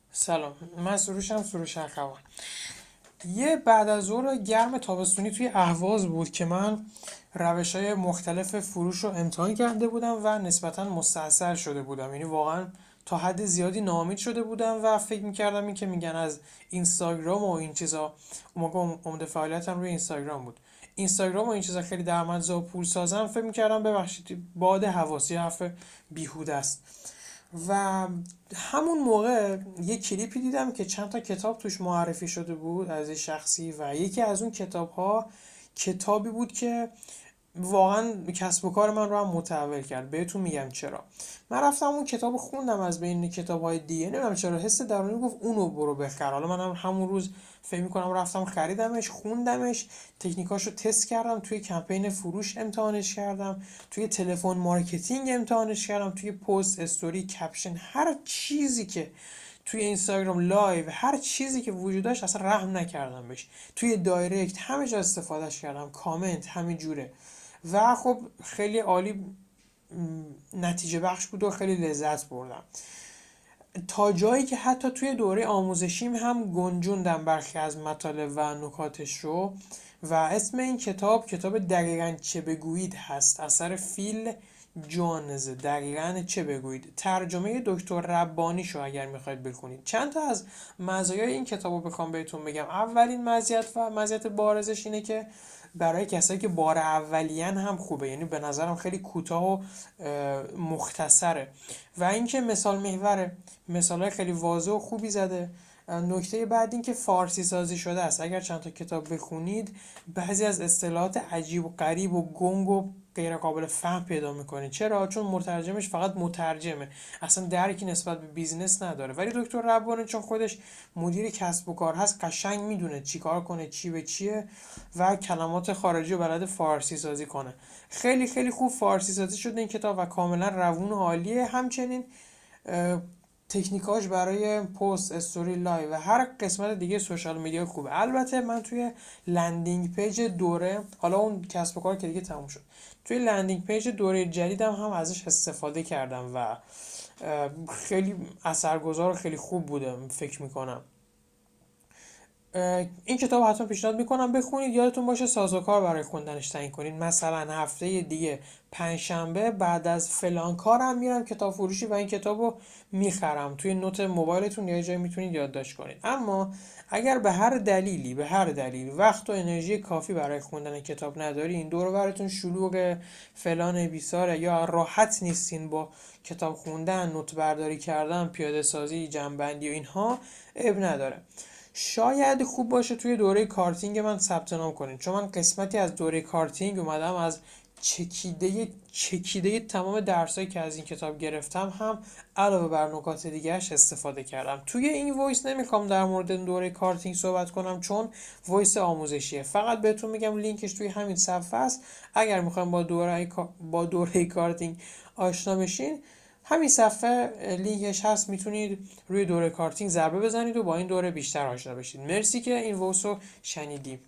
سلام، من سروش اخوان. یه بعد از ظهر گرم تابستونی توی اهواز بود که من روش های مختلف فروش رو امتحان کرده بودم و نسبتا مستحصل شده بودم. یعنی واقعا تا حد زیادی ناامید شده بودم و فکر میکردم این که میگن از اینستاگرام و این چیزا. اون موقع عمده فعالیتم روی اینستاگرام بود. اینستاگرام و این چیزا خیلی درآمدزا و پول سازن. فکر میکردم ببخشید باد هواسی حرف بیهوده است. و همون موقع یه کلیپی دیدم که چند تا کتاب توش معرفی شده بود از یه شخصی و یکی از اون کتاب ها کتابی بود که واقعا کسب و کار من رو هم متحول کرد. بهتون میگم چرا. من رفتم اون کتاب خوندم از بین کتاب های دیگه، نمیدونم چرا حس درونی گفت اونو برو بخر. حالا منم همون روز فکر میکنم رفتم خریدمش، خوندمش، تکنیکاشو تست کردم، توی کمپین فروش امتحانش کردم، توی تلفن مارکتینگ امتحانش کردم، توی پست استوری کپشن هر چیزی که توی اینستاگرام لایو، هر چیزی که وجود داشت اصلا رحم نکردم بهش. توی دایرکت همه جا استفادهش کردم، کامنت همین جوره. و خب خیلی عالی نتیجه بخش بود و خیلی لذت بردم، تا جایی که حتی توی دوره آموزشیم هم گنجوندم برخی از مطالب و نکاتش رو. و اسم این کتاب دقیقاً چه بگویید هست، اثر فیل جوانز. دقیقاً چه بگویید، ترجمه دکتر ربانی شو اگر میخواید بخونید. چند تا از مزایای این کتاب رو بخوام بهتون بگم. اولین مزیت بارزش اینه که برای کسایی که بار اولین هم خوبه، یعنی به نظرم خیلی کوتاه و مختصره. و اینکه مثال محوره، مثالای خیلی واضح و خوبی زده. نکته بعد این که فارسی سازی شده است. اگر چند تا کتاب بخونید بعضی از اصطلاحات عجیب و غریب و گنگ و غیر قابل فهم پیدا میکنید. چرا؟ چون مترجمش فقط مترجمه، اصلا درکی نسبت به بیزنس نداره. ولی دکتر ربانی چون خودش مدیر کسب و کار هست قشنگ میدونه چی کار کنه، چی به چیه، و کلمات خارجی رو بلد فارسی سازی کنه. خیلی خیلی خوب فارسی سازی شده این کتاب و کاملا روون و عالیه. همچنین تکنیکاش برای پست استوری لایو و هر قسمت دیگه سوشال میدیا خوبه. البته من توی لندینگ پیج دوره، حالا اون کسب و کار که دیگه تموم شد، توی لندینگ پیج دوره جدیدم هم ازش استفاده کردم و خیلی اثرگذار و خیلی خوب بوده فکر میکنم. این کتاب حتما پیشنهاد میکنم بخونید. یادتون باشه سازوکار برای خوندنش تعیین کنید. مثلا هفته دیگه پنجشنبه بعد از فلان کارم میرم کتاب فروشی و این کتابو میخرم. توی نوت موبایلتون یا جایی میتونید یادداشت کنید. اما اگر به هر دلیل وقت و انرژی کافی برای خوندن کتاب ندارین، دور و براتون شلوغ فلان بیساره، یا راحت نیستین با کتاب خوندن، نوت برداری کردن، پیاده سازی، جنبندی و اینها، اب نداره. شاید خوب باشه توی دوره کارتینگ من ثبت نام کنین، چون من قسمتی از دوره کارتینگ اومدم از چکیده تمام درسایی که از این کتاب گرفتم هم علاوه بر نکات دیگهش استفاده کردم. توی این وایس نمیخوام در مورد دوره کارتینگ صحبت کنم چون وایس آموزشیه. فقط بهتون میگم لینکش توی همین صفحه است. اگر میخوایم با دوره کارتینگ آشنا بشین، همین صفحه لینکش هست، میتونید روی دوره کارتینگ ضربه بزنید و با این دوره بیشتر آشنا بشید. مرسی که این وایس رو شنیدیم.